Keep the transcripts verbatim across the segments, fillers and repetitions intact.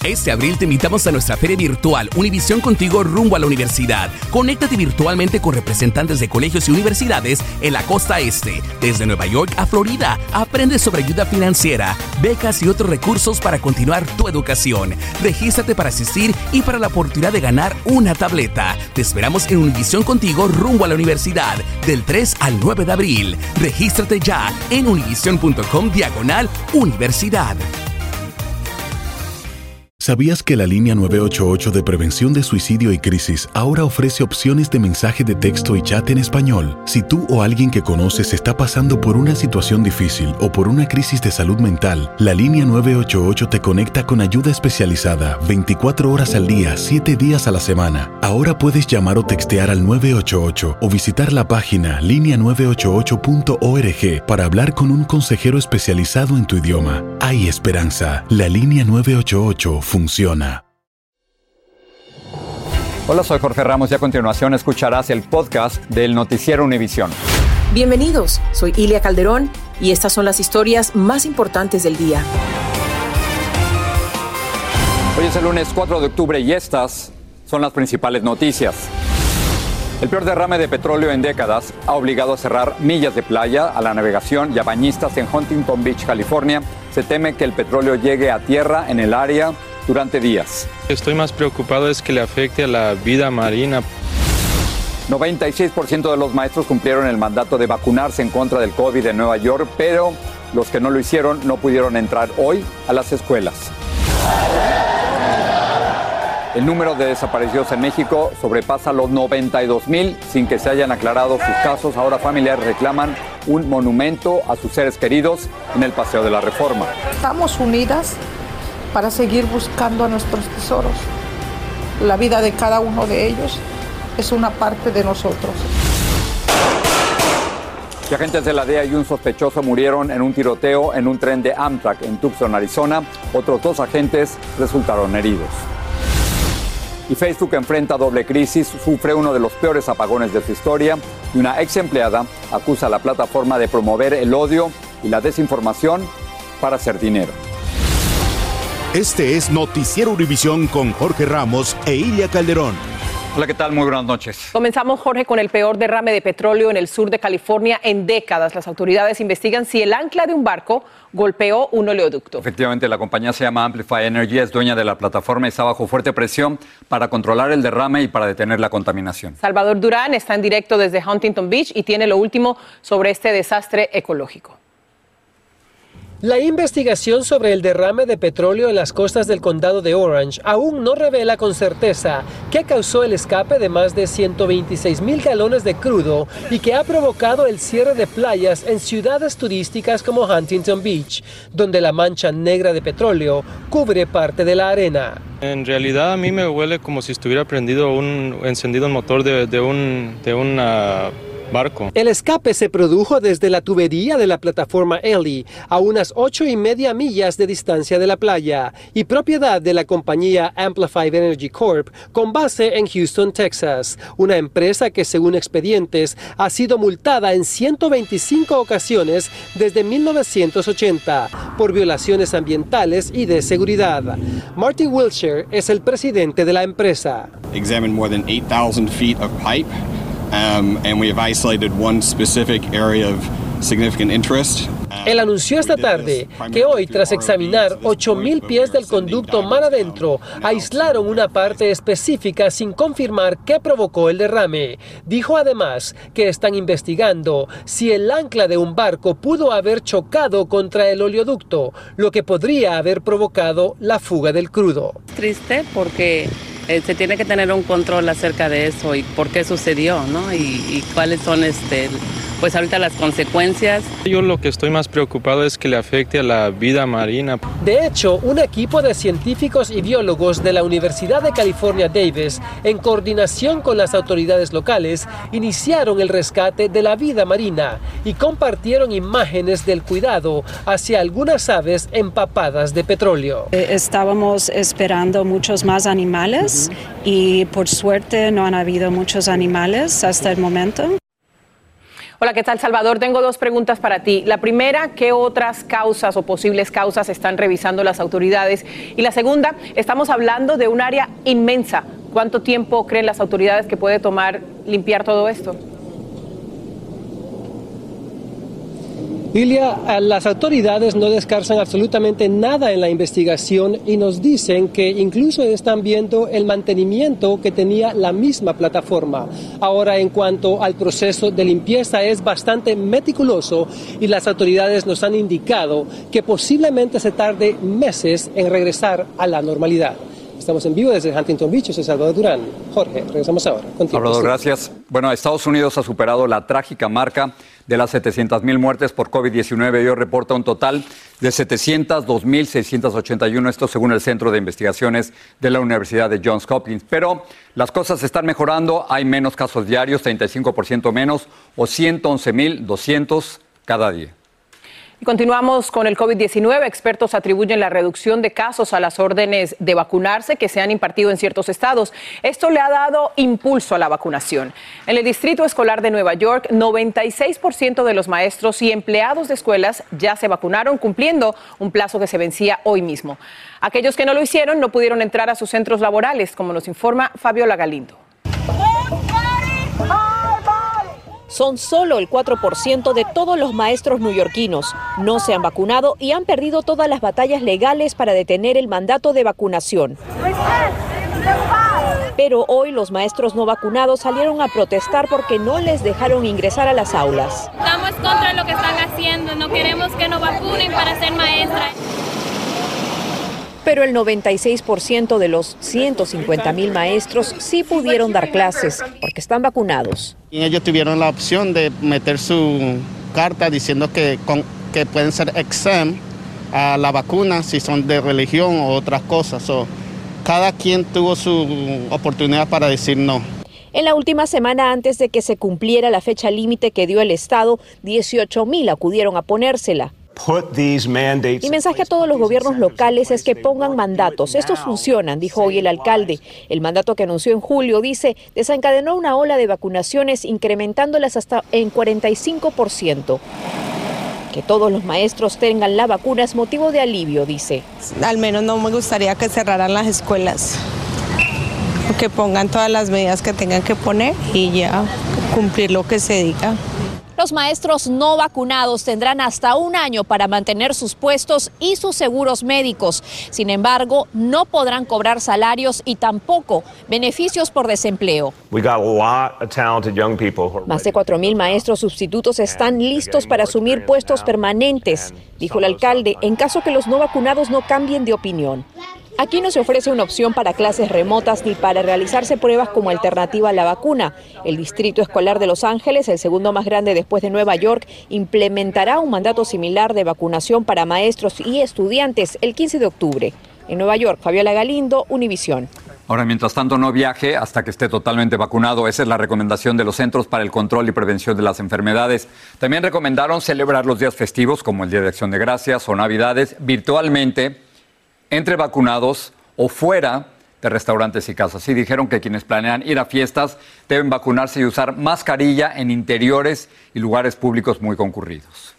Este abril te invitamos a nuestra feria virtual Univisión Contigo rumbo a la universidad. Conéctate virtualmente con representantes de colegios y universidades en la costa este. Desde Nueva York a Florida, aprende sobre ayuda financiera, becas y otros recursos para continuar tu educación. Regístrate para asistir y para la oportunidad de ganar una tableta. Te esperamos en Univisión Contigo rumbo a la universidad del tres al nueve de abril. Regístrate ya en univision.com diagonal universidad. ¿Sabías que la línea nueve ocho ocho de prevención de suicidio y crisis ahora ofrece opciones de mensaje de texto y chat en español? Si tú o alguien que conoces está pasando por una situación difícil o por una crisis de salud mental, la línea nueve ocho ocho te conecta con ayuda especializada veinticuatro horas al día, siete días a la semana. Ahora puedes llamar o textear al nueve ocho ocho o visitar la página línea nueve ocho ocho punto org para hablar con un consejero especializado en tu idioma. Hay esperanza. La línea nueve ocho ocho funciona. Hola, soy Jorge Ramos y a continuación escucharás el podcast del Noticiero Univisión. Bienvenidos, soy Ilia Calderón y estas son las historias más importantes del día. Hoy es el lunes cuatro de octubre y estas son las principales noticias. El peor derrame de petróleo en décadas ha obligado a cerrar millas de playa a la navegación y a bañistas en Huntington Beach, California. Se teme que el petróleo llegue a tierra en el área durante días. Estoy más preocupado es que le afecte a la vida marina. noventa y seis por ciento de los maestros cumplieron el mandato de vacunarse en contra del COVID en Nueva York, pero los que no lo hicieron no pudieron entrar hoy a las escuelas. El número de desaparecidos en México sobrepasa los noventa y dos mil sin que se hayan aclarado sus casos. Ahora familiares reclaman un monumento a sus seres queridos en el Paseo de la Reforma. Estamos unidas para seguir buscando a nuestros tesoros. La vida de cada uno de ellos es una parte de nosotros. Y agentes de la D E A y un sospechoso murieron en un tiroteo en un tren de Amtrak en Tucson, Arizona. Otros dos agentes resultaron heridos. Y Facebook enfrenta doble crisis, sufre uno de los peores apagones de su historia y una ex empleada acusa a la plataforma de promover el odio y la desinformación para hacer dinero. Este es Noticiero Univisión con Jorge Ramos e Ilia Calderón. Hola, ¿qué tal? Muy buenas noches. Comenzamos, Jorge, con el peor derrame de petróleo en el sur de California en décadas. Las autoridades investigan si el ancla de un barco golpeó un oleoducto. Efectivamente, la compañía se llama Amplify Energy, es dueña de la plataforma y está bajo fuerte presión para controlar el derrame y para detener la contaminación. Salvador Durán está en directo desde Huntington Beach y tiene lo último sobre este desastre ecológico. La investigación sobre el derrame de petróleo en las costas del condado de Orange aún no revela con certeza qué causó el escape de más de ciento veintiséis mil galones de crudo y que ha provocado el cierre de playas en ciudades turísticas como Huntington Beach, donde la mancha negra de petróleo cubre parte de la arena. En realidad a mí me huele como si estuviera prendido un encendido un motor de, de un de una barco. El escape se produjo desde la tubería de la plataforma Ellie, a unas ocho y media millas de distancia de la playa, y propiedad de la compañía Amplify Energy Corp, con base en Houston, Texas, una empresa que, según expedientes, ha sido multada en ciento veinticinco ocasiones desde mil novecientos ochenta por violaciones ambientales y de seguridad. Martin Wilshire es el presidente de la empresa. Examined more than eight thousand feet of pipe. Um, and we have isolated one specific area of significant interest. Él anunció esta tarde que hoy, tras examinar ocho mil pies del conducto mar adentro, aislaron una parte específica sin confirmar qué provocó el derrame. Dijo además que están investigando si el ancla de un barco pudo haber chocado contra el oleoducto, lo que podría haber provocado la fuga del crudo. Triste porque Eh, se tiene que tener un control acerca de eso y por qué sucedió, ¿no? Y, y cuáles son, este, pues ahorita las consecuencias. Yo lo que estoy más preocupado es que le afecte a la vida marina. De hecho, un equipo de científicos y biólogos de la Universidad de California, Davis, en coordinación con las autoridades locales, iniciaron el rescate de la vida marina y compartieron imágenes del cuidado hacia algunas aves empapadas de petróleo. Estábamos esperando muchos más animales. Y por suerte no han habido muchos animales hasta el momento. Hola, ¿qué tal, Salvador? Tengo dos preguntas para ti. La primera, ¿qué otras causas o posibles causas están revisando las autoridades? Y la segunda, estamos hablando de un área inmensa. ¿Cuánto tiempo creen las autoridades que puede tomar limpiar todo esto? Ilia, las autoridades no descartan absolutamente nada en la investigación y nos dicen que incluso están viendo el mantenimiento que tenía la misma plataforma. Ahora, en cuanto al proceso de limpieza, es bastante meticuloso y las autoridades nos han indicado que posiblemente se tarde meses en regresar a la normalidad. Estamos en vivo desde Huntington Beach, soy Salvador Durán. Jorge, regresamos ahora. Contigo. Salvador, gracias. Bueno, Estados Unidos ha superado la trágica marca de las setecientas mil muertes por COVID diecinueve y hoy reporta un total de setecientos dos mil seiscientos ochenta y uno, esto según el Centro de Investigaciones de la Universidad de Johns Hopkins. Pero las cosas están mejorando, hay menos casos diarios, treinta y cinco por ciento menos o ciento once mil doscientos cada día. Y continuamos con el COVID diecinueve. Expertos atribuyen la reducción de casos a las órdenes de vacunarse que se han impartido en ciertos estados. Esto le ha dado impulso a la vacunación. En el Distrito Escolar de Nueva York, noventa y seis por ciento de los maestros y empleados de escuelas ya se vacunaron, cumpliendo un plazo que se vencía hoy mismo. Aquellos que no lo hicieron no pudieron entrar a sus centros laborales, como nos informa Fabiola Galindo. Son solo el cuatro por ciento de todos los maestros neoyorquinos. No se han vacunado y han perdido todas las batallas legales para detener el mandato de vacunación. Pero hoy los maestros no vacunados salieron a protestar porque no les dejaron ingresar a las aulas. Estamos contra lo que están haciendo, no queremos que nos vacunen para ser maestras. Pero el noventa y seis por ciento de los ciento cincuenta mil maestros sí pudieron dar clases porque están vacunados. Y ellos tuvieron la opción de meter su carta diciendo que, con, que pueden ser exempt a la vacuna si son de religión o otras cosas. So, cada quien tuvo su oportunidad para decir no. En la última semana antes de que se cumpliera la fecha límite que dio el Estado, dieciocho mil acudieron a ponérsela. Mi mensaje a todos los gobiernos locales es que pongan mandatos. Estos funcionan, dijo hoy el alcalde. El mandato que anunció en julio, dice, desencadenó una ola de vacunaciones incrementándolas hasta en cuarenta y cinco por ciento. Que todos los maestros tengan la vacuna es motivo de alivio, dice. Al menos no me gustaría que cerraran las escuelas, que pongan todas las medidas que tengan que poner y ya cumplir lo que se diga. Los maestros no vacunados tendrán hasta un año para mantener sus puestos y sus seguros médicos. Sin embargo, no podrán cobrar salarios y tampoco beneficios por desempleo. Más de cuatro mil maestros sustitutos están listos para asumir puestos permanentes, dijo el alcalde, en caso que los no vacunados no cambien de opinión. Aquí no se ofrece una opción para clases remotas ni para realizarse pruebas como alternativa a la vacuna. El Distrito Escolar de Los Ángeles, el segundo más grande después de Nueva York, implementará un mandato similar de vacunación para maestros y estudiantes el quince de octubre. En Nueva York, Fabiola Galindo, Univisión. Ahora, mientras tanto, no viaje hasta que esté totalmente vacunado. Esa es la recomendación de los Centros para el Control y Prevención de las Enfermedades. También recomendaron celebrar los días festivos, como el Día de Acción de Gracias o Navidades, virtualmente, entre vacunados o fuera de restaurantes y casas. Sí dijeron que quienes planean ir a fiestas deben vacunarse y usar mascarilla en interiores y lugares públicos muy concurridos.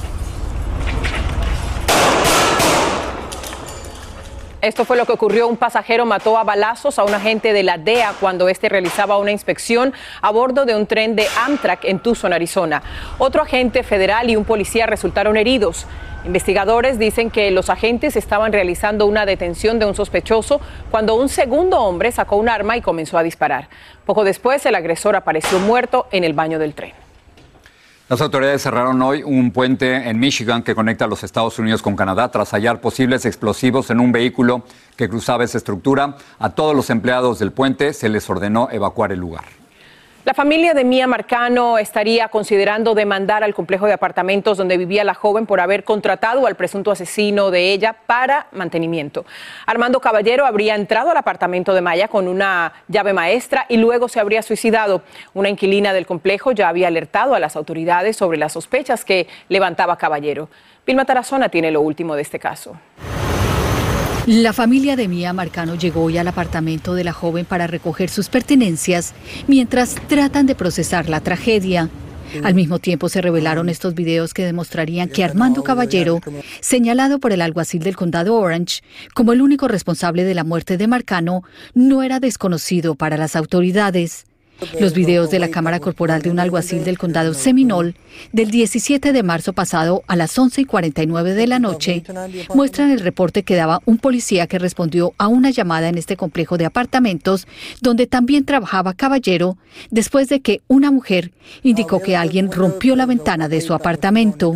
Esto fue lo que ocurrió. Un pasajero mató a balazos a un agente de la D E A cuando este realizaba una inspección a bordo de un tren de Amtrak en Tucson, Arizona. Otro agente federal y un policía resultaron heridos. Investigadores dicen que los agentes estaban realizando una detención de un sospechoso cuando un segundo hombre sacó un arma y comenzó a disparar. Poco después, el agresor apareció muerto en el baño del tren. Las autoridades cerraron hoy un puente en Michigan que conecta a los Estados Unidos con Canadá tras hallar posibles explosivos en un vehículo que cruzaba esa estructura. A todos los empleados del puente se les ordenó evacuar el lugar. La familia de Mía Marcano estaría considerando demandar al complejo de apartamentos donde vivía la joven por haber contratado al presunto asesino de ella para mantenimiento. Armando Caballero habría entrado al apartamento de Maya con una llave maestra y luego se habría suicidado. Una inquilina del complejo ya había alertado a las autoridades sobre las sospechas que levantaba Caballero. Vilma Tarazona tiene lo último de este caso. La familia de Mía Marcano llegó hoy al apartamento de la joven para recoger sus pertenencias mientras tratan de procesar la tragedia. Al mismo tiempo se revelaron estos videos que demostrarían que Armando Caballero, señalado por el alguacil del condado Orange como el único responsable de la muerte de Marcano, no era desconocido para las autoridades. Los videos de la cámara corporal de un alguacil del condado Seminole del diecisiete de marzo pasado a las once y cuarenta y nueve de la noche muestran el reporte que daba un policía que respondió a una llamada en este complejo de apartamentos donde también trabajaba Caballero después de que una mujer indicó que alguien rompió la ventana de su apartamento.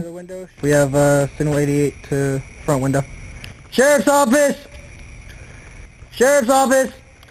Sheriff's Office. Sheriff's Office.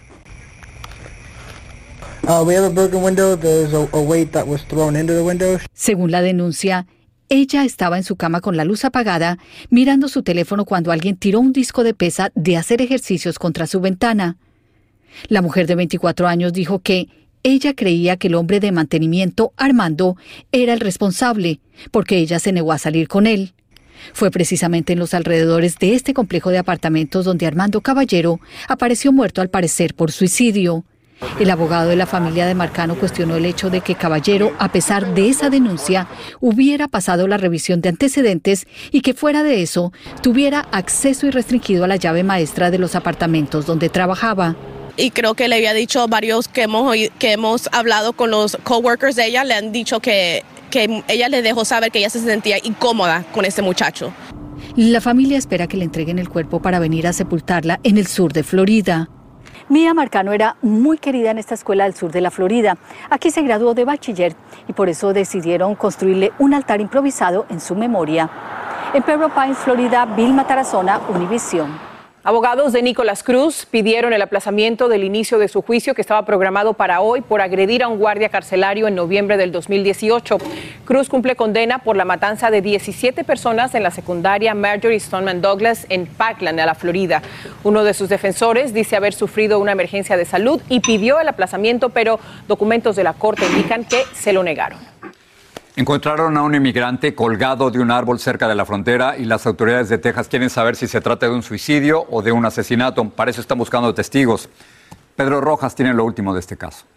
Uh, we have a broken window. There's a, a weight that was thrown into the window. Según la denuncia, ella estaba en su cama con la luz apagada, mirando su teléfono cuando alguien tiró un disco de pesa de hacer ejercicios contra su ventana. La mujer de veinticuatro años dijo que ella creía que el hombre de mantenimiento, Armando, era el responsable, porque ella se negó a salir con él. Fue precisamente en los alrededores de este complejo de apartamentos donde Armando Caballero apareció muerto al parecer por suicidio. El abogado de la familia de Marcano cuestionó el hecho de que Caballero, a pesar de esa denuncia, hubiera pasado la revisión de antecedentes y que fuera de eso, tuviera acceso irrestringido a la llave maestra de los apartamentos donde trabajaba. Y creo que le había dicho a varios que hemos, que hemos hablado con los coworkers de ella, le han dicho que, que ella le dejó saber que ella se sentía incómoda con este muchacho. La familia espera que le entreguen el cuerpo para venir a sepultarla en el sur de Florida. Mía Marcano era muy querida en esta escuela del sur de la Florida. Aquí se graduó de bachiller y por eso decidieron construirle un altar improvisado en su memoria. En Pembroke Pines, Florida, Vilma Tarazona, Univisión. Abogados de Nicolás Cruz pidieron el aplazamiento del inicio de su juicio que estaba programado para hoy por agredir a un guardia carcelario en noviembre del dos mil dieciocho. Cruz cumple condena por la matanza de diecisiete personas en la secundaria Marjory Stoneman Douglas en Parkland, a la Florida. Uno de sus defensores dice haber sufrido una emergencia de salud y pidió el aplazamiento, pero documentos de la corte indican que se lo negaron. Encontraron a un inmigrante colgado de un árbol cerca de la frontera y las autoridades de Texas quieren saber si se trata de un suicidio o de un asesinato. Para eso están buscando testigos. Pedro Rojas tiene lo último de este caso.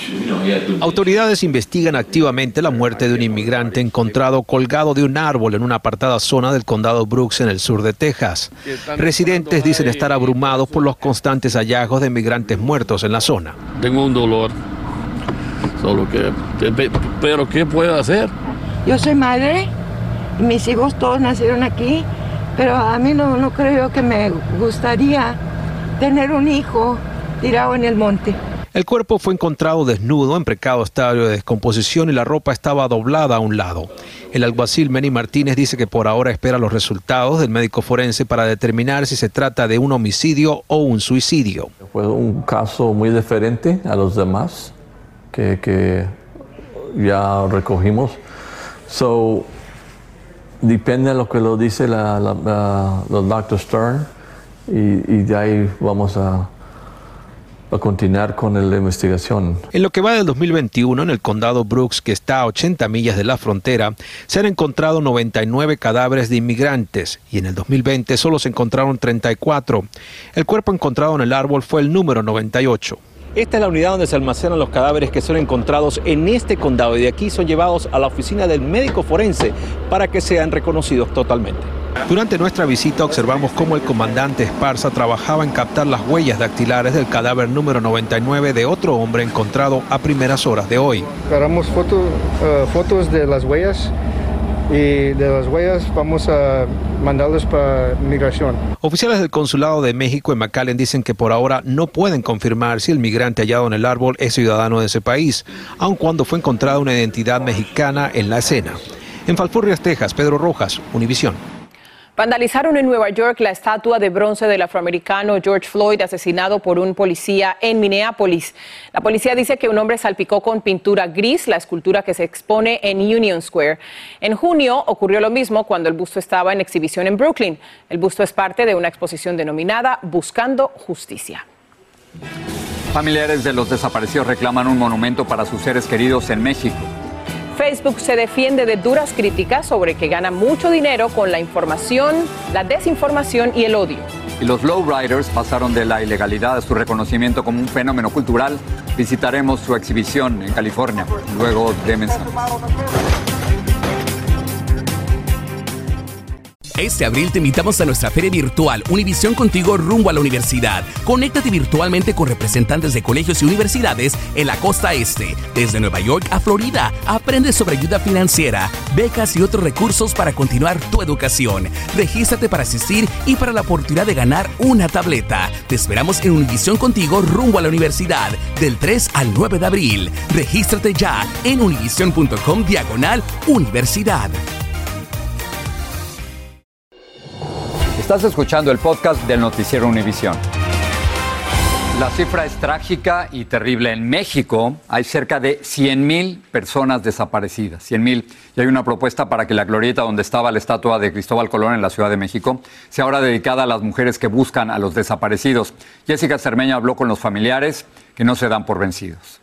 Autoridades investigan activamente la muerte de un inmigrante encontrado colgado de un árbol en una apartada zona del condado Brooks en el sur de Texas. Residentes dicen estar abrumados por los constantes hallazgos de inmigrantes muertos en la zona. Tengo un dolor. Solo que, pero ¿qué puedo hacer? Yo soy madre, mis hijos todos nacieron aquí, pero a mí no, no creo que me gustaría tener un hijo tirado en el monte. El cuerpo fue encontrado desnudo, en precado estado de descomposición y la ropa estaba doblada a un lado. El alguacil Manny Martínez dice que por ahora espera los resultados del médico forense para determinar si se trata de un homicidio o un suicidio. Fue un caso muy diferente a los demás. Que, que ya recogimos. So, depende de lo que lo dice la, la, la, la doctor Stern y, y de ahí vamos a, a continuar con la investigación. En lo que va del dos mil veintiuno, en el condado Brooks, que está a ochenta millas de la frontera, se han encontrado noventa y nueve cadáveres de inmigrantes y en el dos mil veinte solo se encontraron treinta y cuatro. El cuerpo encontrado en el árbol fue el número noventa y ocho. Esta es la unidad donde se almacenan los cadáveres que son encontrados en este condado y de aquí son llevados a la oficina del médico forense para que sean reconocidos totalmente. Durante nuestra visita observamos cómo el comandante Esparza trabajaba en captar las huellas dactilares del cadáver número noventa y nueve de otro hombre encontrado a primeras horas de hoy. Agarramos foto, uh, fotos de las huellas y de las huellas vamos a mandarlos para migración. Oficiales del Consulado de México en McAllen dicen que por ahora no pueden confirmar si el migrante hallado en el árbol es ciudadano de ese país, aun cuando fue encontrada una identidad mexicana en la escena. En Falfurrias, Texas, Pedro Rojas, Univisión. Vandalizaron en Nueva York la estatua de bronce del afroamericano George Floyd, asesinado por un policía en Minneapolis. La policía dice que un hombre salpicó con pintura gris la escultura que se expone en Union Square. En junio ocurrió lo mismo cuando el busto estaba en exhibición en Brooklyn. El busto es parte de una exposición denominada Buscando Justicia. Familiares de los desaparecidos reclaman un monumento para sus seres queridos en México. Facebook se defiende de duras críticas sobre que gana mucho dinero con la información, la desinformación y el odio. y los lowriders pasaron de la ilegalidad a su reconocimiento como un fenómeno cultural. Visitaremos su exhibición en California, luego de mensajes. Este abril te invitamos a nuestra feria virtual Univisión Contigo rumbo a la universidad. Conéctate virtualmente con representantes de colegios y universidades en la costa este, desde Nueva York a Florida. Aprende sobre ayuda financiera, becas y otros recursos para continuar tu educación. Regístrate para asistir y para la oportunidad de ganar una tableta. Te esperamos en Univisión Contigo rumbo a la universidad del tres al nueve de abril. Regístrate ya en univision punto com diagonal universidad. Estás escuchando el podcast del noticiero Univisión. La cifra es trágica y terrible. En México hay cerca de cien mil personas desaparecidas. cien mil. Y hay una propuesta para que la glorieta donde estaba la estatua de Cristóbal Colón en la Ciudad de México sea ahora dedicada a las mujeres que buscan a los desaparecidos. Jessica Cermeño habló con los familiares que no se dan por vencidos.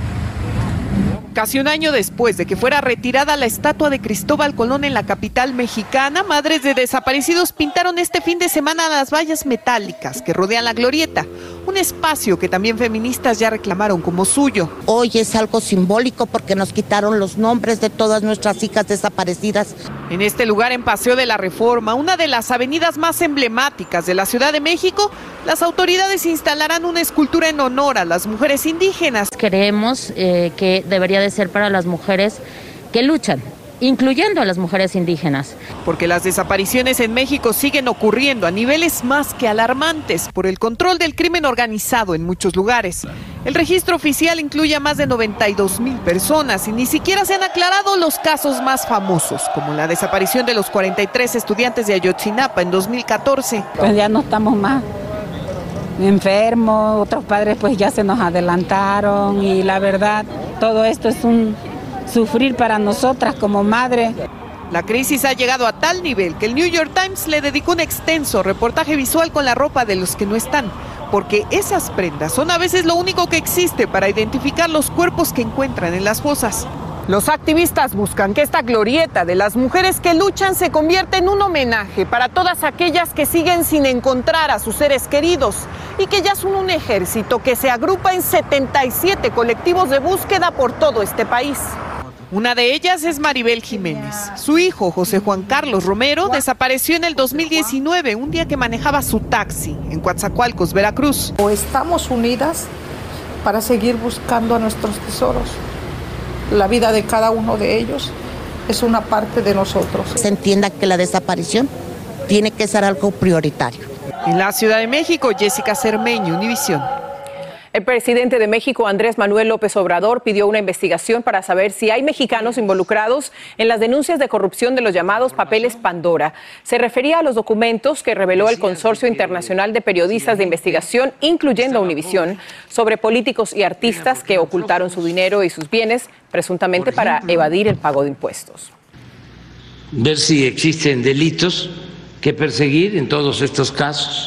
Casi un año después de que fuera retirada la estatua de Cristóbal Colón en la capital mexicana, madres de desaparecidos pintaron este fin de semana las vallas metálicas que rodean la glorieta, un espacio que también feministas ya reclamaron como suyo. Hoy es algo simbólico porque nos quitaron los nombres de todas nuestras hijas desaparecidas. En este lugar, en Paseo de la Reforma, una de las avenidas más emblemáticas de la Ciudad de México, las autoridades instalarán una escultura en honor a las mujeres indígenas. Creemos eh, que debería de ser para las mujeres que luchan, incluyendo a las mujeres indígenas. Porque las desapariciones en México siguen ocurriendo a niveles más que alarmantes por el control del crimen organizado en muchos lugares. El registro oficial incluye a más de noventa y dos mil personas y ni siquiera se han aclarado los casos más famosos, como la desaparición de los cuarenta y tres estudiantes de Ayotzinapa en dos mil catorce. Pues ya no estamos más enfermos, otros padres pues ya se nos adelantaron y la verdad todo esto es un sufrir para nosotras como madre. La crisis ha llegado a tal nivel que el New York Times le dedicó un extenso reportaje visual con la ropa de los que no están, porque esas prendas son a veces lo único que existe para identificar los cuerpos que encuentran en las fosas. Los activistas buscan que esta glorieta de las mujeres que luchan se convierta en un homenaje para todas aquellas que siguen sin encontrar a sus seres queridos y que ya son un ejército que se agrupa en setenta y siete colectivos de búsqueda por todo este país. Una de ellas es Maribel Jiménez. Su hijo, José Juan Carlos Romero, desapareció en el dos mil diecinueve, un día que manejaba su taxi en Coatzacoalcos, Veracruz. O estamos unidas para seguir buscando a nuestros tesoros. La vida de cada uno de ellos es una parte de nosotros. Se entienda que la desaparición tiene que ser algo prioritario. En la Ciudad de México, Jessica Cermeño, Univisión. El presidente de México, Andrés Manuel López Obrador, pidió una investigación para saber si hay mexicanos involucrados en las denuncias de corrupción de los llamados papeles Pandora. Se refería a los documentos que reveló el Consorcio Internacional de Periodistas de Investigación, incluyendo a Univisión, sobre políticos y artistas que ocultaron su dinero y sus bienes, presuntamente para evadir el pago de impuestos. Ver si existen delitos que perseguir en todos estos casos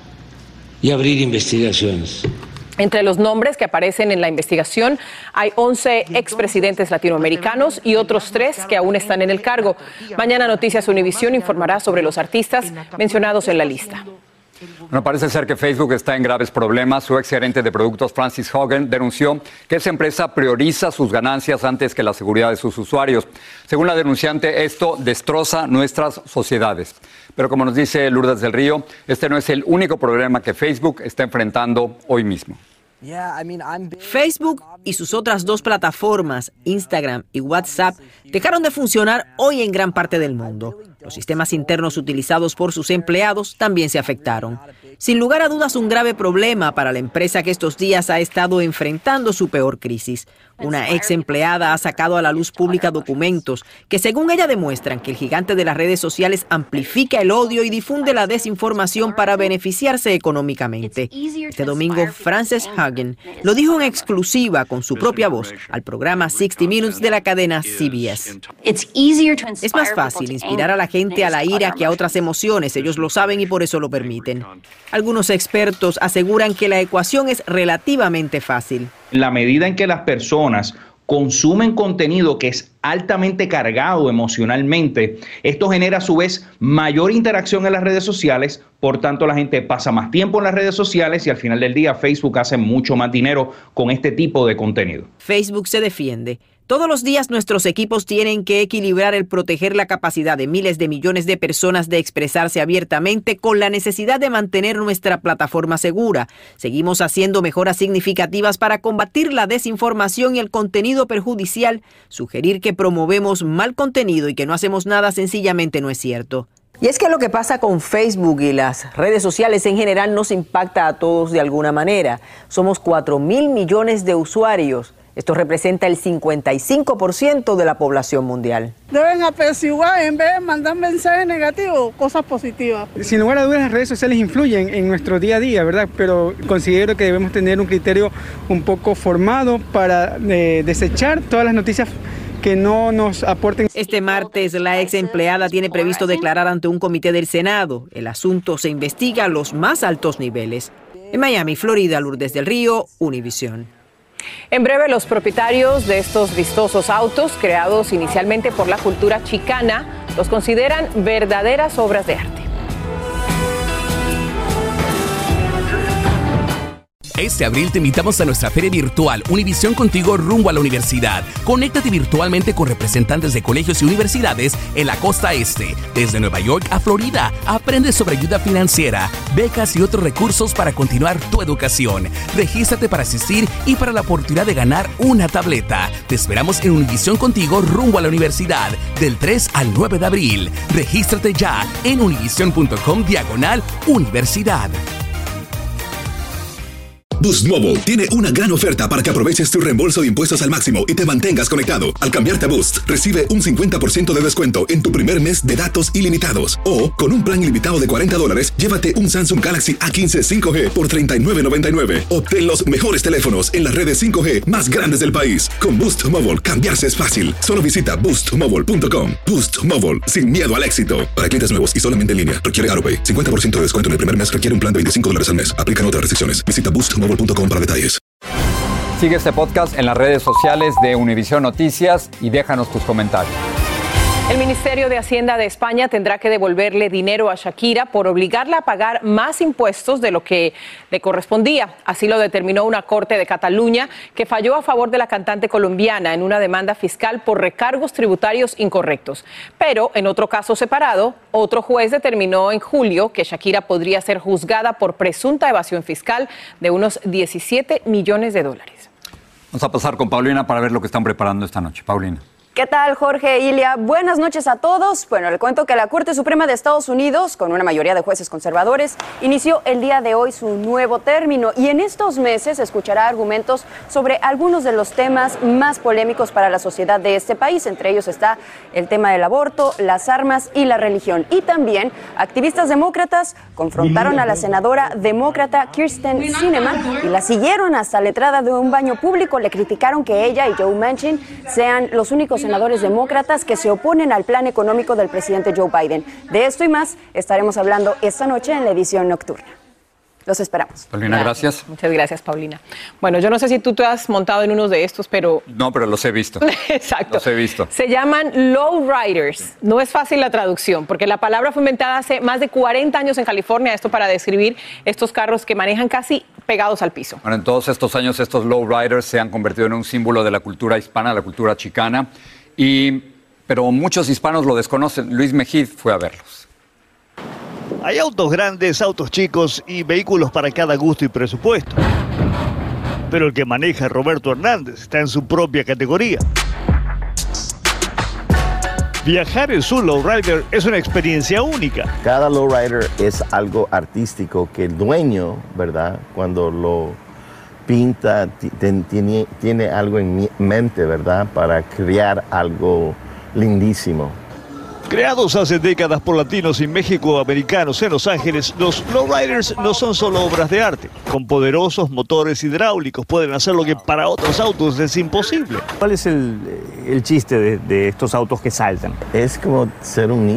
y abrir investigaciones. Entre los nombres que aparecen en la investigación hay once expresidentes latinoamericanos y otros tres que aún están en el cargo. Mañana Noticias Univisión informará sobre los artistas mencionados en la lista. Bueno, parece ser que Facebook está en graves problemas. Su exgerente de productos, Francis Hogan, denunció que esa empresa prioriza sus ganancias antes que la seguridad de sus usuarios. Según la denunciante, esto destroza nuestras sociedades. Pero como nos dice Lourdes del Río, este no es el único problema que Facebook está enfrentando hoy mismo. Facebook y sus otras dos plataformas, Instagram y WhatsApp, dejaron de funcionar hoy en gran parte del mundo. Los sistemas internos utilizados por sus empleados también se afectaron. Sin lugar a dudas, un grave problema para la empresa que estos días ha estado enfrentando su peor crisis. Una ex empleada ha sacado a la luz pública documentos que, según ella, demuestran que el gigante de las redes sociales amplifica el odio y difunde la desinformación para beneficiarse económicamente. Este domingo, Frances Haugen lo dijo en exclusiva con su propia voz al programa sesenta Minutes de la cadena C B S. Es más fácil inspirar a la gente a la ira que a otras emociones. Ellos lo saben y por eso lo permiten. Algunos expertos aseguran que la ecuación es relativamente fácil. En la medida en que las personas consumen contenido que es altamente cargado emocionalmente. Esto genera a su vez mayor interacción en las redes sociales, por tanto la gente pasa más tiempo en las redes sociales y al final del día Facebook hace mucho más dinero con este tipo de contenido. Facebook se defiende. Todos los días nuestros equipos tienen que equilibrar el proteger la capacidad de miles de millones de personas de expresarse abiertamente con la necesidad de mantener nuestra plataforma segura. Seguimos haciendo mejoras significativas para combatir la desinformación y el contenido perjudicial. Sugerir que promovemos mal contenido y que no hacemos nada sencillamente no es cierto. Y es que lo que pasa con Facebook y las redes sociales en general nos impacta a todos de alguna manera. Somos cuatro mil millones de usuarios. Esto representa el cincuenta y cinco por ciento de la población mundial. Deben apaciguar en vez de mandar mensajes negativos, cosas positivas. Sin lugar a dudas, las redes sociales influyen en nuestro día a día, ¿verdad? Pero considero que debemos tener un criterio un poco formado para eh, desechar todas las noticias que no nos aporten. Este martes, la ex empleada tiene previsto declarar ante un comité del Senado. El asunto se investiga a los más altos niveles. En Miami, Florida, Lourdes del Río, Univisión. En breve, los propietarios de estos vistosos autos, creados inicialmente por la cultura chicana, los consideran verdaderas obras de arte. Este abril te invitamos a nuestra feria virtual Univisión Contigo rumbo a la universidad. Conéctate virtualmente con representantes de colegios y universidades en la costa este, desde Nueva York a Florida. Aprende sobre ayuda financiera, becas y otros recursos para continuar tu educación. Regístrate para asistir y para la oportunidad de ganar una tableta. Te esperamos en Univisión Contigo rumbo a la universidad del tres al nueve de abril. Regístrate ya en univision punto com diagonal universidad. Boost Mobile tiene una gran oferta para que aproveches tu reembolso de impuestos al máximo y te mantengas conectado. Al cambiarte a Boost, recibe un cincuenta por ciento de descuento en tu primer mes de datos ilimitados. O, con un plan ilimitado de cuarenta dólares, llévate un Samsung Galaxy A quince cinco G por treinta y nueve noventa y nueve. Obtén los mejores teléfonos en las redes cinco G más grandes del país. Con Boost Mobile, cambiarse es fácil. Solo visita boost mobile punto com. Boost Mobile, sin miedo al éxito. Para clientes nuevos y solamente en línea, requiere AutoPay. cincuenta por ciento de descuento en el primer mes, requiere un plan de veinticinco dólares al mes. Aplican otras restricciones. Visita boost mobile punto com para detalles. Sigue este podcast en las redes sociales de Univisión Noticias y déjanos tus comentarios. El Ministerio de Hacienda de España tendrá que devolverle dinero a Shakira por obligarla a pagar más impuestos de lo que le correspondía. Así lo determinó una corte de Cataluña que falló a favor de la cantante colombiana en una demanda fiscal por recargos tributarios incorrectos. Pero en otro caso separado, otro juez determinó en julio que Shakira podría ser juzgada por presunta evasión fiscal de unos diecisiete millones de dólares. Vamos a pasar con Paulina para ver lo que están preparando esta noche. Paulina. ¿Qué tal, Jorge e Ilia? Buenas noches a todos. Bueno, le cuento que la Corte Suprema de Estados Unidos, con una mayoría de jueces conservadores, inició el día de hoy su nuevo término y en estos meses escuchará argumentos sobre algunos de los temas más polémicos para la sociedad de este país. Entre ellos está el tema del aborto, las armas y la religión. Y también activistas demócratas confrontaron a la senadora demócrata Kyrsten Sinema y la siguieron hasta la entrada de un baño público. Le criticaron que ella y Joe Manchin sean los únicos senadores demócratas que se oponen al plan económico del presidente Joe Biden. De esto y más estaremos hablando esta noche en la edición nocturna. Los esperamos. Paulina, gracias. gracias. Muchas gracias, Paulina. Bueno, yo no sé si tú te has montado en uno de estos, pero... No, pero los he visto. Exacto. Los he visto. Se llaman lowriders. No es fácil la traducción, porque la palabra fue inventada hace más de cuarenta años en California, esto para describir estos carros que manejan casi pegados al piso. Bueno, en todos estos años estos lowriders se han convertido en un símbolo de la cultura hispana, la cultura chicana, y, pero muchos hispanos lo desconocen. Luis Mejid fue a verlos. Hay autos grandes, autos chicos y vehículos para cada gusto y presupuesto. Pero el que maneja Roberto Hernández está en su propia categoría. Viajar en su lowrider es una experiencia única. Cada lowrider es algo artístico que el dueño, ¿verdad? Cuando lo pinta, tiene, tiene algo en mente, ¿verdad? Para crear algo lindísimo. Creados hace décadas por latinos y mexicoamericanos en Los Ángeles, los lowriders no son solo obras de arte. Con poderosos motores hidráulicos pueden hacer lo que para otros autos es imposible. ¿Cuál es el, el chiste de, de estos autos que saltan? Es como ser un niño.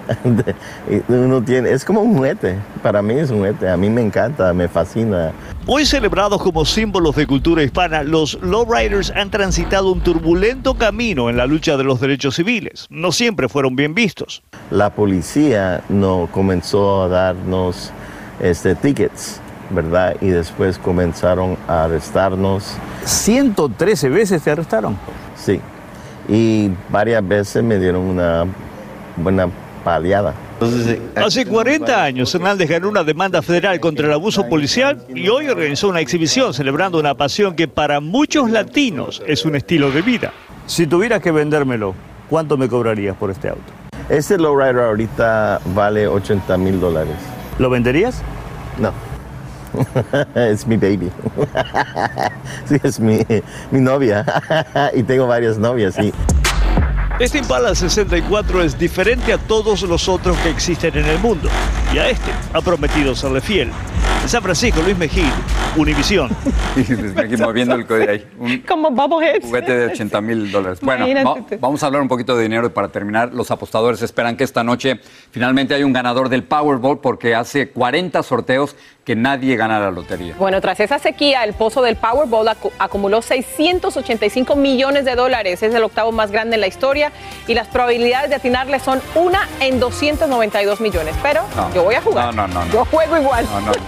Uno tiene, es como un juguete, para mí es un juguete, a mí me encanta, me fascina. Hoy celebrados como símbolos de cultura hispana, los lowriders han transitado un turbulento camino en la lucha de los derechos civiles. No siempre fueron bien vistos. La policía no comenzó a darnos este, tickets, ¿verdad? Y después comenzaron a arrestarnos. ¿ciento trece veces te arrestaron? Sí, y varias veces me dieron una buena paliada. Hace cuarenta años Hernández ganó una demanda federal contra el abuso policial y hoy organizó una exhibición celebrando una pasión que para muchos latinos es un estilo de vida. Si tuvieras que vendérmelo, ¿cuánto me cobrarías por este auto? Este lowrider ahorita vale ochenta mil dólares. ¿Lo venderías? No. Es mi baby. Sí, es mi, mi novia. Y tengo varias novias, sí. Este Impala sesenta y cuatro es diferente a todos los otros que existen en el mundo. Y a este ha prometido serle fiel. En San Francisco, Luis Mejía, Univisión. Luis Mejía moviendo el código ahí. Un Como Bobbleheads. Juguete de ochenta mil dólares. Bueno, va, vamos a hablar un poquito de dinero y para terminar, los apostadores esperan que esta noche finalmente haya un ganador del Powerball porque hace cuarenta sorteos que nadie gana la lotería. Bueno, tras esa sequía, el pozo del Powerball acu acumuló seiscientos ochenta y cinco millones de dólares. Es el octavo más grande en la historia y las probabilidades de atinarle son una en doscientos noventa y dos millones. Pero no, yo voy a jugar. No, no, no. no. Yo juego igual. No, no, no.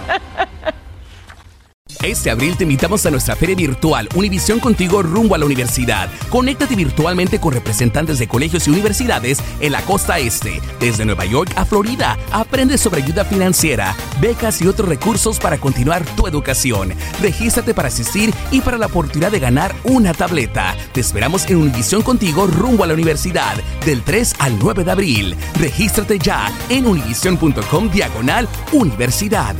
Este abril te invitamos a nuestra feria virtual Univisión Contigo rumbo a la universidad. Conéctate virtualmente con representantes de colegios y universidades en la costa este, desde Nueva York a Florida. Aprende sobre ayuda financiera, becas y otros recursos para continuar tu educación. Regístrate para asistir y para la oportunidad de ganar una tableta. Te esperamos en Univisión Contigo rumbo a la universidad del tres al nueve de abril. Regístrate ya en univision punto com diagonal universidad.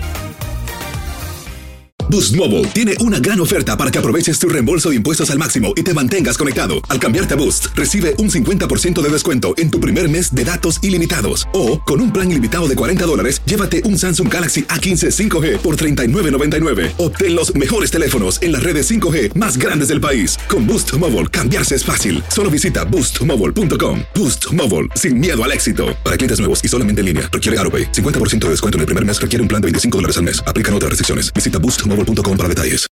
Boost Mobile tiene una gran oferta para que aproveches tu reembolso de impuestos al máximo y te mantengas conectado. Al cambiarte a Boost, recibe un cincuenta por ciento de descuento en tu primer mes de datos ilimitados. O, con un plan ilimitado de cuarenta dólares, llévate un Samsung Galaxy A quince cinco G por treinta y nueve noventa y nueve. Obtén los mejores teléfonos en las redes cinco G más grandes del país. Con Boost Mobile, cambiarse es fácil. Solo visita boost mobile punto com. Boost Mobile, sin miedo al éxito. Para clientes nuevos y solamente en línea, requiere AutoPay. cincuenta por ciento de descuento en el primer mes, requiere un plan de veinticinco dólares al mes. Aplican otras restricciones. Visita boost mobile punto com para detalles.